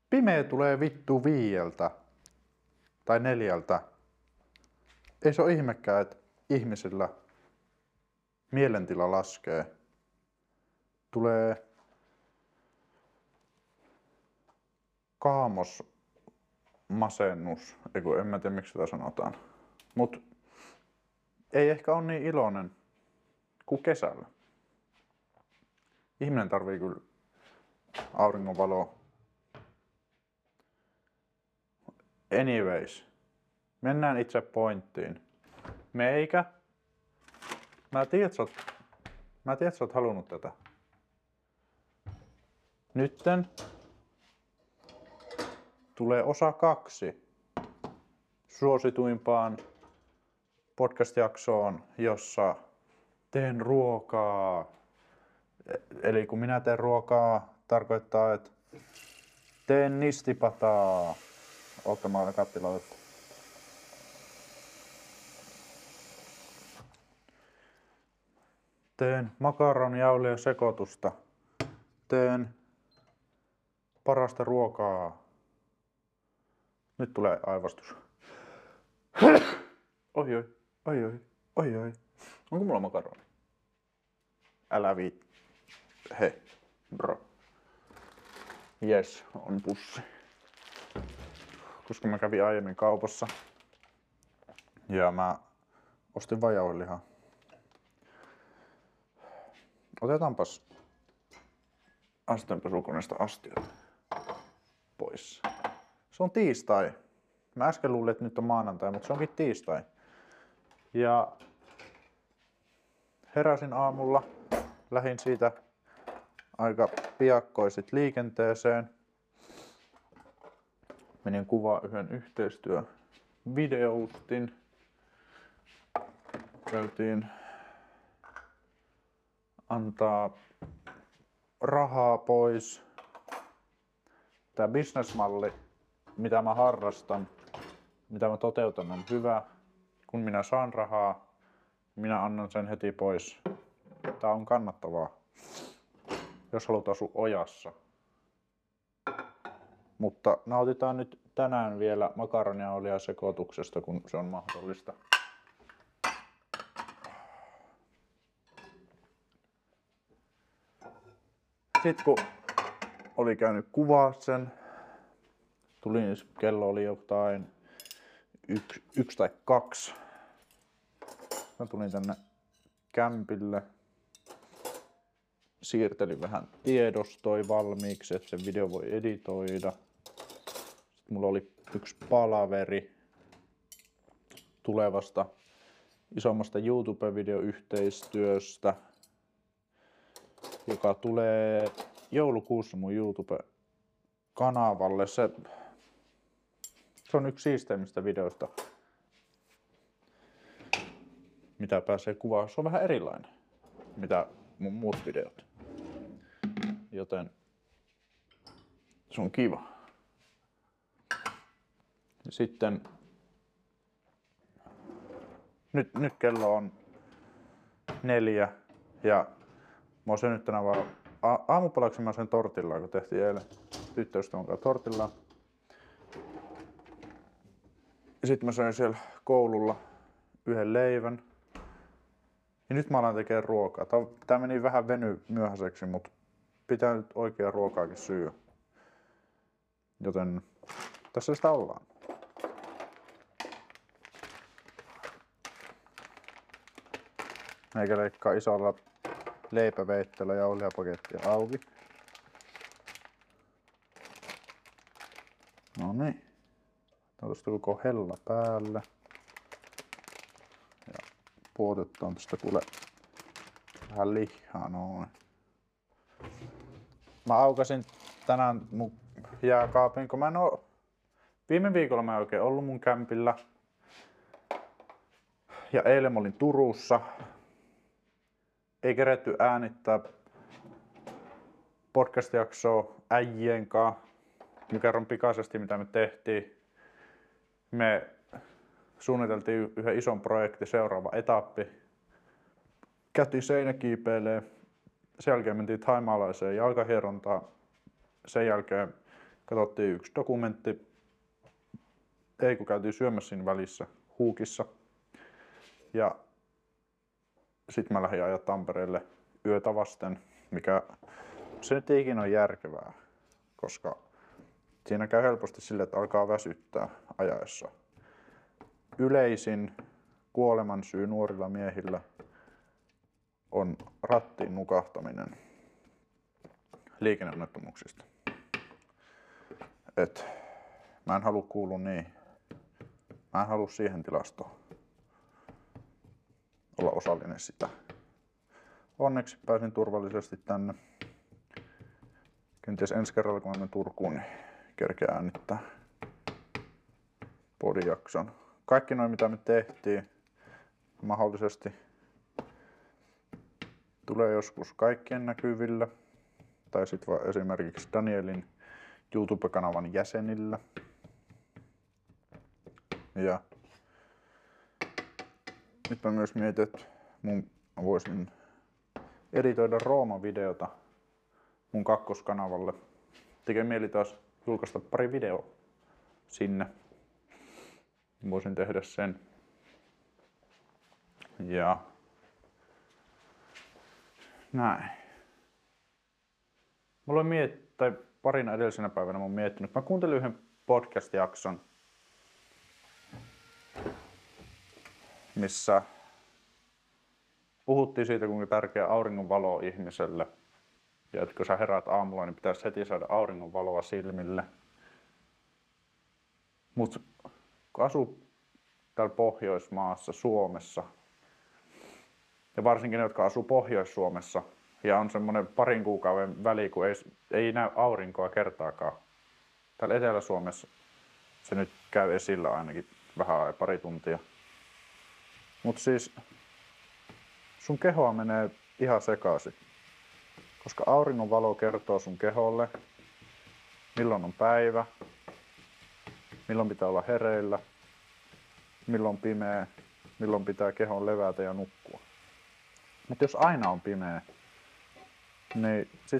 Pimeä tulee vittu 5 tai 4. Ei se ole ihmekään, että ihmisillä mielentila laskee. Tulee masennus, en mä tiedä miksi sitä sanotaan. Mut ei ehkä ole niin iloinen kuin kesällä. Ihminen tarvii kyllä auringonvaloa. Anyways, mennään itse pointtiin. Meikä. Mä tiedän, että sä oot halunnut tätä. Nytten tulee osa 2 suosituimpaan podcast-jaksoon, jossa teen ruokaa. Eli kun minä teen ruokaa, tarkoittaa, että teen nistipataa. Ottamaan kattiloita. Teen makaronijaulia sekoitusta. Teen parasta ruokaa. Nyt tulee aivastus. Oi. Onko mulla makaroni? Älä viit. He, bro. Jes, on pussi. Koska mä kävin aiemmin kaupassa. Ja mä ostin vaan jauhelihaa. Otetaanpas asteenpesukoneesta astiat pois. Se on tiistai. Mä äsken luulin, että nyt on maanantai, mutta se onkin tiistai. Ja heräsin aamulla. Lähdin siitä aika piakkoisit liikenteeseen. Menin kuvaa yhden yhteistyövideoutin. Käytiin antaa rahaa pois. Tää businessmalli, mitä mä harrastan, mitä mä toteutan, on hyvä. Kun minä saan rahaa, minä annan sen heti pois. Tää on kannattavaa, jos haluat asua ojassa. Mutta nautitaan nyt tänään vielä makaronijaulia sekoituksesta, kun se on mahdollista. Sitten kun oli käynyt kuvaa sen, kello oli jotain 1 tai 2. Mä tulin tänne kämpille. Siirtelin vähän tiedostoja valmiiksi, että se video voi editoida. Sitten mulla oli yksi palaveri tulevasta isommasta YouTube-videoyhteistyöstä, joka tulee joulukuussa mun YouTube-kanavalle. Se on yksi siisteimmistä videoista, mitä pääsee kuvaamaan. Se on vähän erilainen, mitä mun muut videot. Joten se on kiva. Sitten nyt kello on 4 ja mä oon syönyt tänään vaan aamupalaksi mä söin tortillaa, kun tehtiin eilen tyttöystävän kanssa tortillaa. Sitten mä söin siellä koululla yhden leivän. Ja nyt mä alan tekemään ruokaa. Tää meni vähän myöhäiseksi, mutta pitää nyt oikeaa ruokaakin syödä. Joten tässä sitä ollaan. Meikä leikkaa isolla leipäveitteellä jauhelihapakettia auki. No niin. Tuosta koko hella päälle. Ja puotetaan tästä kuule vähän lihaa noin. Mä aukasin tänään mun jääkaapin, kun mä en oo... Viime viikolla mä en oikein ollut mun kämpillä. Ja eilen mä olin Turussa. Ei keretty äänittää podcast-jaksoa äijien kanssa. Mä kerron pikaisesti mitä me tehtiin. Me suunniteltiin yhden ison projektin seuraava etappi. Käytiin seinäkiipeilee. Sen jälkeen mentiin thaimaalaiseen jalkahierontaan. Sen jälkeen Katsottiin yksi dokumentti. Ei, kun käytiin syömässä siinä välissä Huukissa. Ja sit mä lähdin ajaa Tampereelle yötä vasten, mikä se nyt ei ikinä ole järkevää, koska siinä käy helposti sille, että alkaa väsyttää ajaessa. Yleisin kuolemansyy nuorilla miehillä on rattiin nukahtaminen liikenneonnettomuuksista. Et mä en halua kuulua niin. Mä en halua siihen tilastoon olla osallinen sitä. Onneksi pääsin turvallisesti tänne. Kenties ensi kerralla kun mä menen Turkuun, niin kerkeä äänittää podijakson. Kaikki noin mitä me tehtiin mahdollisesti tulee joskus kaikkien näkyvillä. Tai sit vaan esimerkiksi Danielin YouTube-kanavan jäsenillä. Ja nyt mä myös mietin, että mä voisin editoida Rooma-videota mun kakkoskanavalle. Tekee mieli taas julkaista pari videoa sinne. Voisin tehdä sen. Ja näin. Mulla on tai parina edellisenä päivänä mä oon miettinyt. Mä kuuntelin yhden podcast-jakson, missä puhuttiin siitä, kuinka tärkeä auringonvalo on ihmiselle. Ja että kun sä heräät aamulla, niin pitäisi heti saada auringonvaloa silmille. Mut kun asuu täällä Pohjoismaassa, Suomessa, ja varsinkin ne, jotka asuu Pohjois-Suomessa, ja on semmoinen parin kuukauden väli, kun ei näy aurinkoa kertaakaan. Täällä Etelä-Suomessa se nyt käy esillä ainakin vähän pari tuntia. Mut siis sun kehoa menee ihan sekaisin. Koska auringonvalo kertoo sun keholle, milloin on päivä, milloin pitää olla hereillä, milloin pimeä, milloin pitää kehon levätä ja nukkua. Mutta jos aina on pimeä, niin sit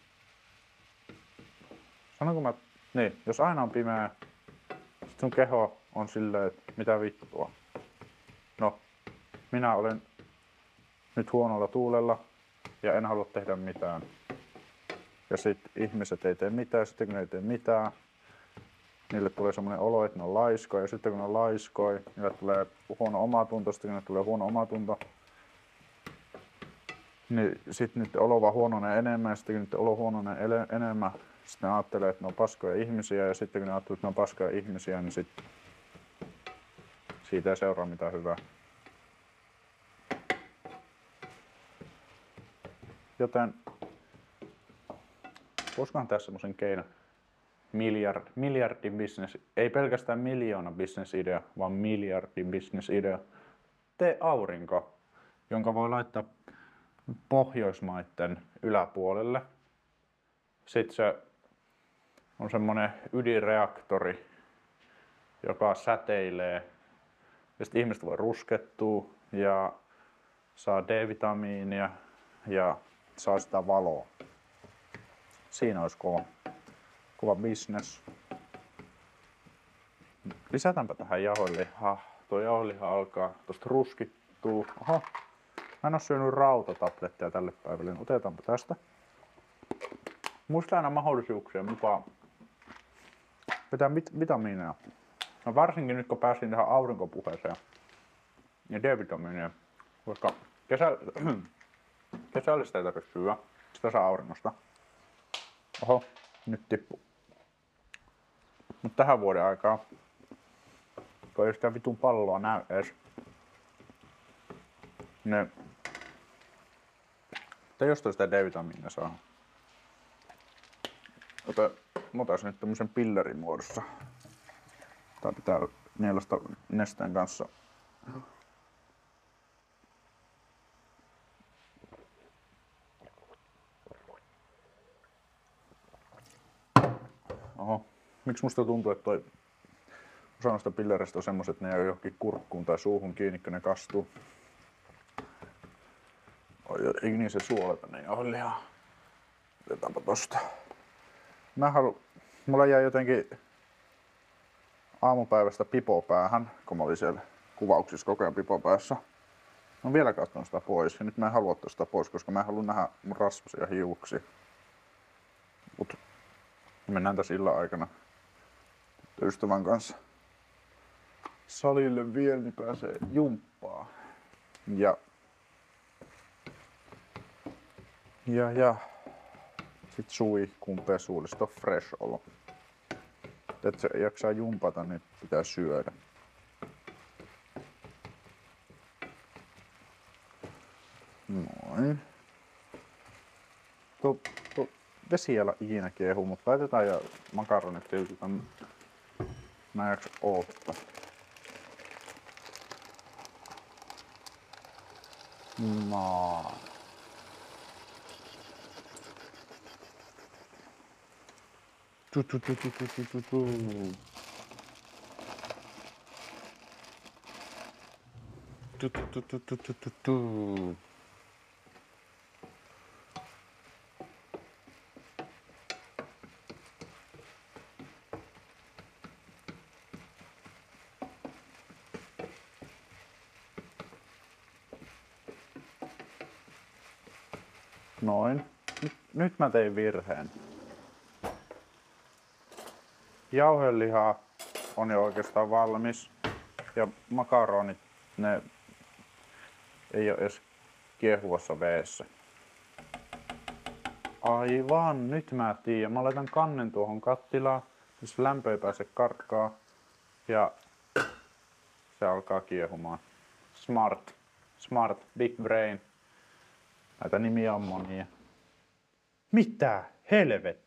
jos aina on pimeä, sit sun keho on silleen, että mitä vittua. No, minä olen nyt huonolla tuulella ja en halua tehdä mitään. Ja sit ihmiset ei tee mitään, sitten kun ne ei tee mitään, niille tulee semmoinen olo, että ne on laiskoja, ja sitten kun ne on laiskoja, niille tulee huono omatunto, sitten kun ne tulee huono omatunto, niin sitten niiden olo vaan huononee enemmän, ja sitten kun niiden olo huononee enemmän, sitten ne ajattelee, että ne on paskoja ihmisiä, ja sitten kun ne ajattelee, että ne on paskoja ihmisiä, niin sitten siitä ei seuraa mitään hyvää. Joten voisikohan tässä semmoisen keinon miljardi business, ei pelkästään miljoona bisnesidea, vaan miljardi bisnesidea. Tee aurinko, jonka voi laittaa Pohjoismaiden yläpuolelle. Sitten se on semmonen ydinreaktori, joka säteilee. Ja sitten ihmiset voi ruskettua ja saa D-vitamiinia ja saa sitä valoa. Siinä olisi kova business. Lisätäänpä tähän jauhelihaa. Tuo jauheliha alkaa tosta ruskittua. Oho. Mä en oo syönyt rautatabletteja tälle päivälle. Otetaanpa tästä. Muista aina mahdollisuuksia mukaan vetää vitamiineja. No varsinkin nyt kun pääsin tähän aurinkopuheeseen ja D-vitamiineja. Koska kesällä sitä ei tarvitse syödä. Sitä saa auringosta. Oho, nyt tippu. Mut tähän vuoden aikaan, kun ei sitä vitun palloa näy edes, tai jostain sitä D-vitamiinia saa. Mä otan nyt tämmösen pillerin muodossa. Tää pitää nielasta nesteen kanssa. Oho. Miksi musta tuntuu, että osa noista pillereistä on semmoset, että ne jää johonkin kurkkuun tai suuhun kiinni, kun ne kastuu. Ei niin se suoleta, niin jauhelihaa. Otetaanpa tosta. Mä haluan Mulla jäi jotenkin aamupäivästä pipo päähän, kun mä olin siellä kuvauksissa koko ajan pipo päässä. Mä oon vielä kattonut sitä pois ja nyt mä en halua ottaa sitä pois, koska mä en halua nähdä mun rasvasia hiuksia. Mut mennään tässä illan aikana ystävän kanssa salille vielä, niin pääsee jumppaa. Ja sit suihkuun pesuun, sit on fresh olo. Et se jaksaa jumpata, niin pitää syödä. Noin. Tuo vesi ei ole ikinä kiehu, mutta laitetaan ja makaronit tiltetään. Mä en jaksa oottaa. No. Noin. Nyt mä tein virheen. Jauheliha on jo oikeastaan valmis. Ja makaronit, ne ei ole edes kiehuvassa veessä. Aivan, nyt mä tiedän. Mä laitan kannen tuohon kattilaan, jos lämpö ei pääse karkkaa. Ja se alkaa kiehumaan. Smart, big brain. Näitä nimiä on monia. Mitä helvet?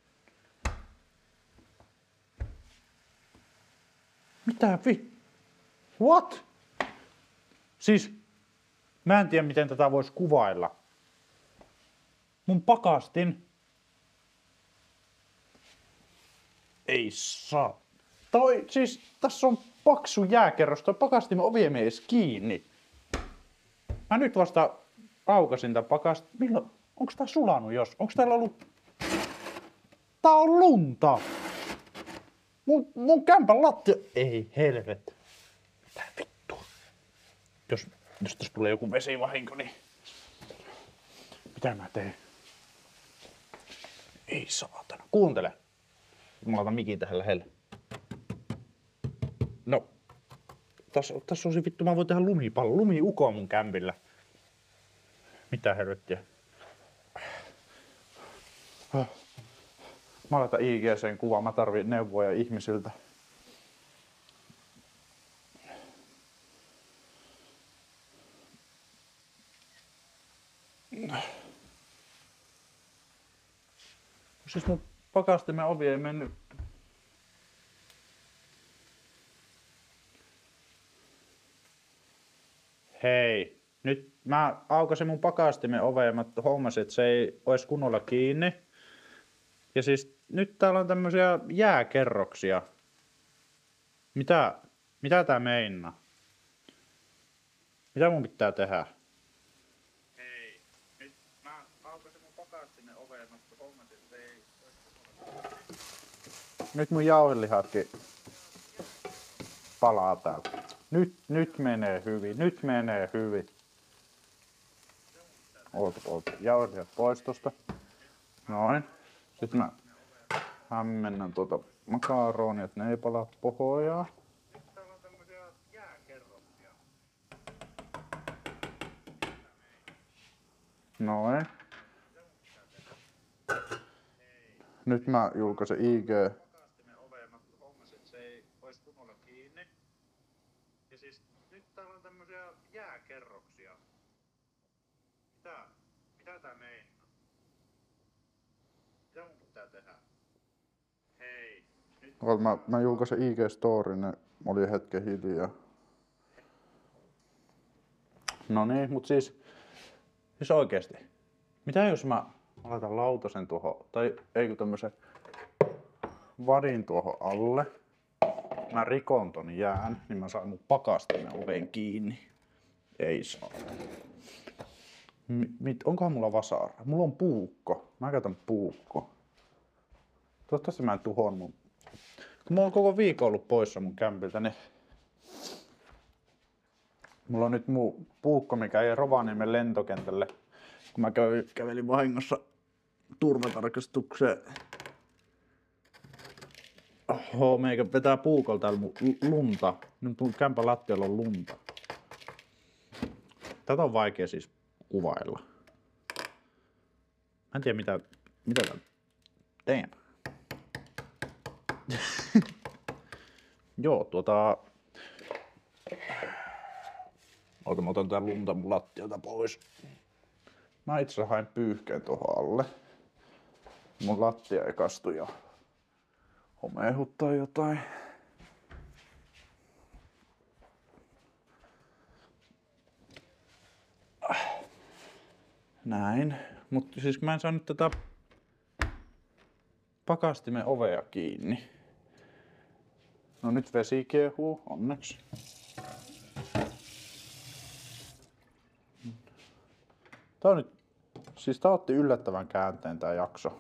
Mitä What? Siis, mä en tiedä miten tätä voisi kuvailla. Mun pakastin. Ei saa. Siis, tässä on paksu jääkerros. Toi pakastimen ovi ei mene edes kiinni. Mä nyt vasta aukasin tän pakastin. Milloin? Onks tää sulanut jos? Onks täällä ollut... Tää on lunta! Mun kämpän lattia... Ei helvet. Mitä vittua? Jos tässä tulee joku vesivahinko, niin... Mitä mä teen? Ei saatana. Kuuntele. Mä laitan mikin tähän lähelle. No. Tässä on se vittu, mä voin tehdä lumipallo. Lumiuko mun kämpillä. Mitä helvettiä? Mä laitan IGC:n kuvaan, mä tarvin neuvoja ihmisiltä. Siis mun pakastimen ovi ei mennyt. Hei, nyt mä aukasin mun pakastimen oveen ja mä hommasin, että se ei ois kunnolla kiinni. Ja siis nyt täällä on tämmösiä jääkerroksia. Mitä tää meinaa? Mitä mun pitää tehdä? Hei, nyt mä aukasin mun pakastimen oveen ja mä hommasin, että se ei ois kunnolla kiinni. Nyt mun jauhelihatkin palaa täältä. Nyt menee hyvin. Oot. Jauhelihat pois tosta. Noin. Sitten mä hämmennän tuota makaronia, että ne ei palaa pohjaa. Nyt täällä on tämmösiä jääkerroksia. Noin. Nyt mä julkaisen IG. Ja siis nyt täällä on tämmösiä jääkerroksia. Mitä tää meinaa? Mitä mun pitää tehdä? Hei, nyt... Mä julkaisen IG-storin, ne oli hetken hiljaa. No niin, mut siis oikeesti. Mitä jos mä laitan lautasen tuohon, tai eikö tämmösen vadin tuohon alle. Mä rikon ton jään, niin mä saan mun pakastimen oven kiinni. Ei saa. Onkohan mulla vasara? Mulla on puukko. Mä käytän puukko. Toivottavasti mä en tuhoon mun Kun mulla on koko viikko ollut poissa mun kämpiltä, niin mulla on nyt muu puukko, mikä ei Rovaniemen lentokentälle. Kun mä kävelin vahingossa turvatarkastukseen. Oho, meikä vetää puukolla täällä lunta. Nyt mun kämpän lattialla on lunta. Tätä on vaikea siis kuvailla. Mä en tiedä mitä täällä teen. Joo, Oota, mä otan tää lunta mun lattialta pois. Mä itse asiassa hain pyyhkeen tohon alle. Mun lattia ei kastu ja homeehuttaa jotain. Näin. Mutta siis mä en saa nyt tätä pakastimen ovea kiinni. No nyt vesi kiehuu, onneksi. Tää on nyt, siis tää otti yllättävän käänteen tää jakso.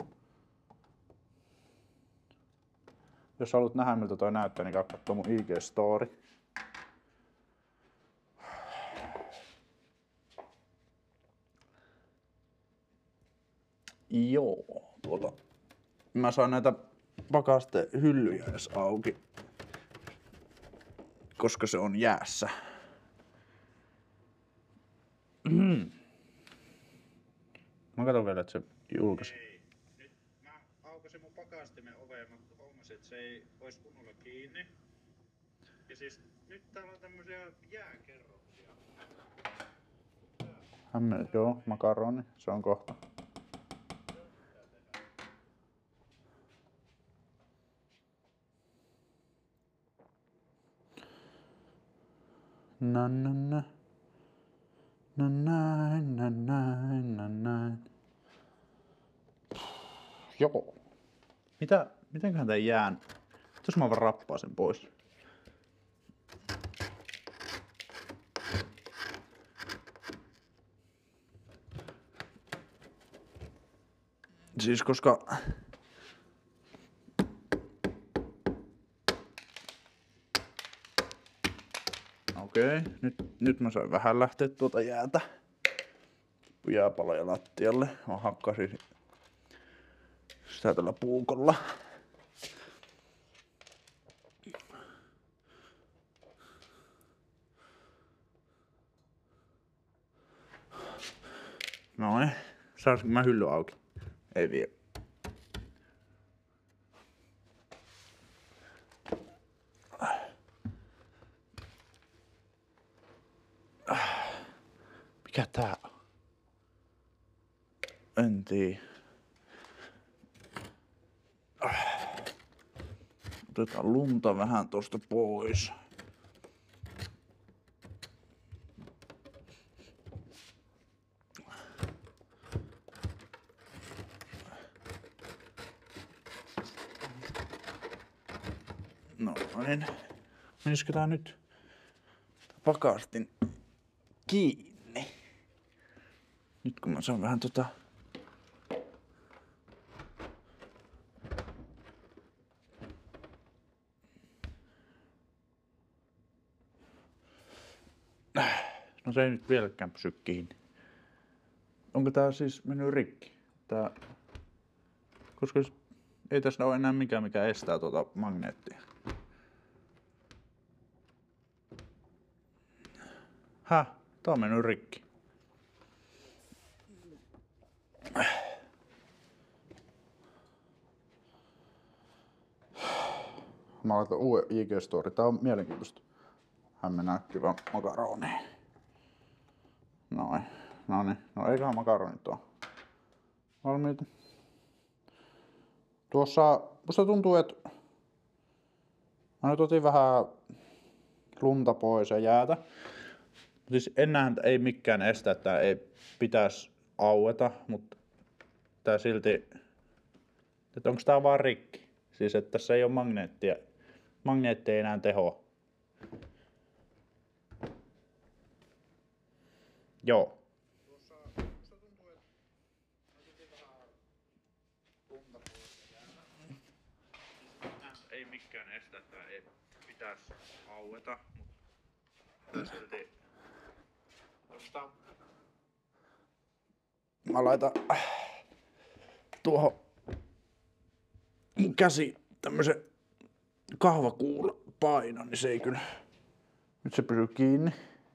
Jos haluat nähdä miltä toi näyttää, niin katsoo mun IG-story. Joo, mä saan näitä pakastehyllyjä edes auki, koska se on jäässä. Mä katson vielä, että se julkaisi. Nyt mä aukasin mun pakastimen oveen, mä huomasin, että se ei ois kunnolla kiinni. Ja siis nyt täällä on tämmösiä jääkerroksia. Joo, makaroni, se on kohta. Näin. Joo. Mitenköhän tää jään? Jos mä vaan rappaan sen pois. Siis koska okei, nyt mä sain vähän lähteä tuota jäätä. Jääpaloja lattialle. Mä hakkasin sitä tällä puukolla. Noin. Saisinko mä hylly auki? Ei vielä. Mikä tää on? En tiedä. Otetaan lunta vähän tosta pois. Noin. Menisikö tää nyt pakastin kiinni? Nyt kun mä saan vähän no se ei nyt vieläkään pysy kiinni. Onko tää siis mennyt rikki? Koska ei tässä ole enää mikään mikä estää tuota magneettia. Tää on mennyt rikki. Mä laitan uuden IG-story. Tää on mielenkiintoista. Hän mennään kiva makaroni. Noin. Noniin. No eiköhän makaronit oo valmiita. Musta tuntuu, että mä nyt otin vähän lunta pois ja jäätä. Siis ennenhän ei mikään estä, että ei pitäisi aueta, mutta tää silti, että onko tää vaan rikki? Siis että tässä ei ole magneettia. Magneetti ei enää tehoa. Joo. Musta tuntuu, että mä otin vähän lunta pois ja jäätä. Ei mikään estä, että ei pitäisi aueta, mutta silti mä laitan tuohon mun käsi tämmösen kahvakuulan painon, niin se ei kyllä. Nyt se pysyy kiinni.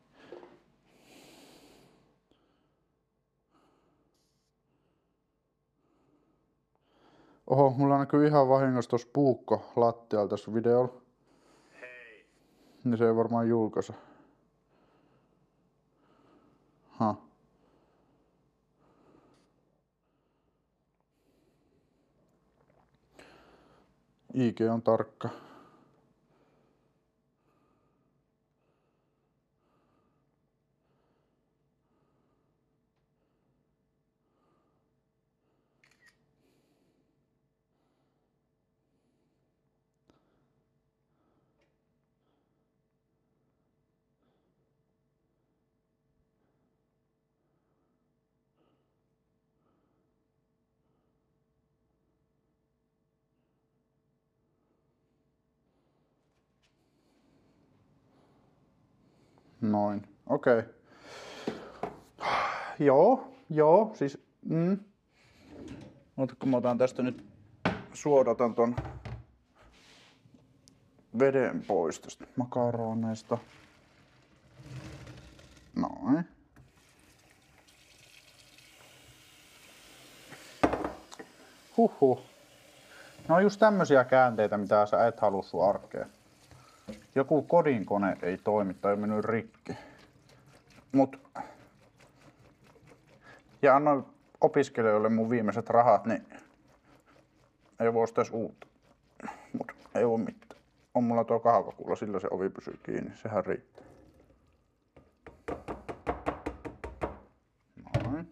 Oho, mulla näkyy ihan vahingossa tossa puukko lattialla tässä videolla. Hei. Niin se ei varmaan julkaise. IG on tarkka. Noin, okei. Joo, siis Mutta kun mä otan tästä nyt suodatan ton veden pois tästä makaroneista. Noin. Huhhuh. No on just tämmösiä käänteitä, mitä sä et halua sun arkeen. Joku kodinkone ei toimi tai on mennyt rikki. Ja annoin opiskelijoille mun viimeiset rahat, niin ei voi ostaa uutta. Mut ei oo mitään. On mulla tuo kahvakuula, sillä se ovi pysyy kiinni. Sehän riittää. Noin.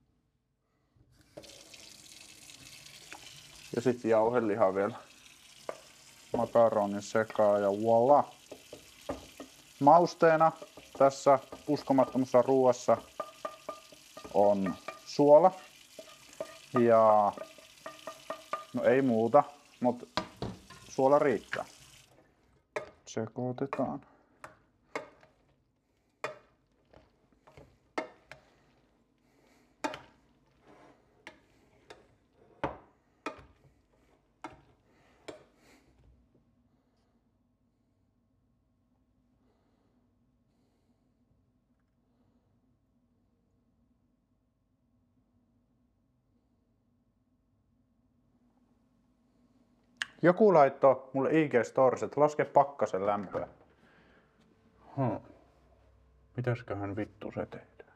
Ja sit jauhelihaa vielä makaronin sekaan ja voila. Mausteena tässä uskomattomassa ruuassa on suola ja no ei muuta, mutta suola riittää. Sekoitetaan. Joku laittoi mulle IG-stories, että laske pakkasen lämpöä. Mitäsköhän vittu se tehdään?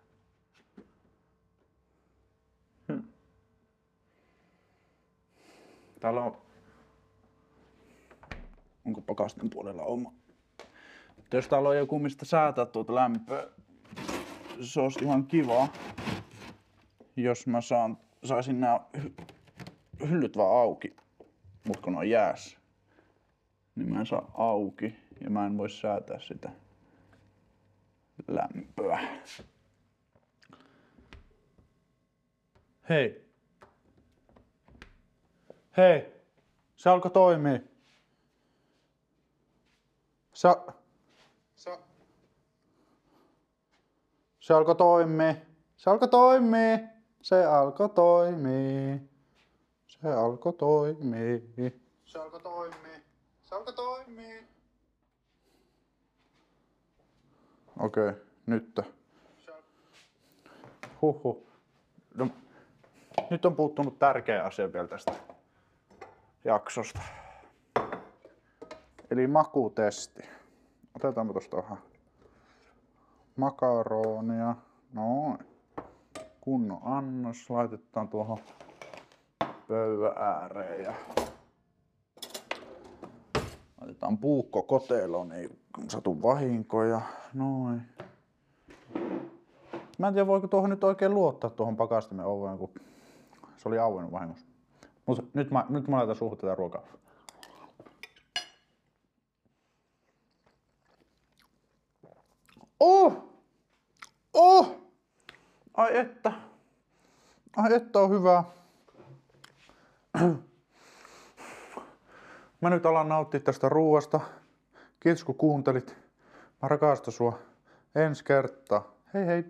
Täällä on... Onko pakasten puolella oma? Jos täällä on joku mistä säätää tuota lämpöä, se olisi ihan kiva. Jos mä saisin nää hyllyt vaan auki. Mut kun on jäässä, niin mä en saa auki ja mä en voi säätää sitä lämpöä. Hei! Hei! Se alkoi toimia. Se alkoi toimia. Se alkoi toimia. Se alkoi toimia. Se alkoi toimia. Se alkoi toimia. Se alkoi toimia. Okei, nyt. Huhhuh. No, nyt on puuttunut tärkeä asia vielä tästä jaksosta. Eli makutesti. Otetaanpa tosta vähän makaronia. Noin. Kunnon annos. Laitetaan tuohon pöydän ääreen ja laitetaan puukko koteloon, niin satu vahinkoja. Noin. Mä en tiedä voiko tuohon nyt oikein luottaa tuohon pakastimen oveen, kun se oli auennut vahingossa. Mutta nyt mä laitan suuhun tätä ruokaa. Ai että on hyvää. mä nyt alan nauttia tästä ruuasta. Kiitos kun kuuntelit. Mä rakastan sua. Ensi kertaa. Hei hei!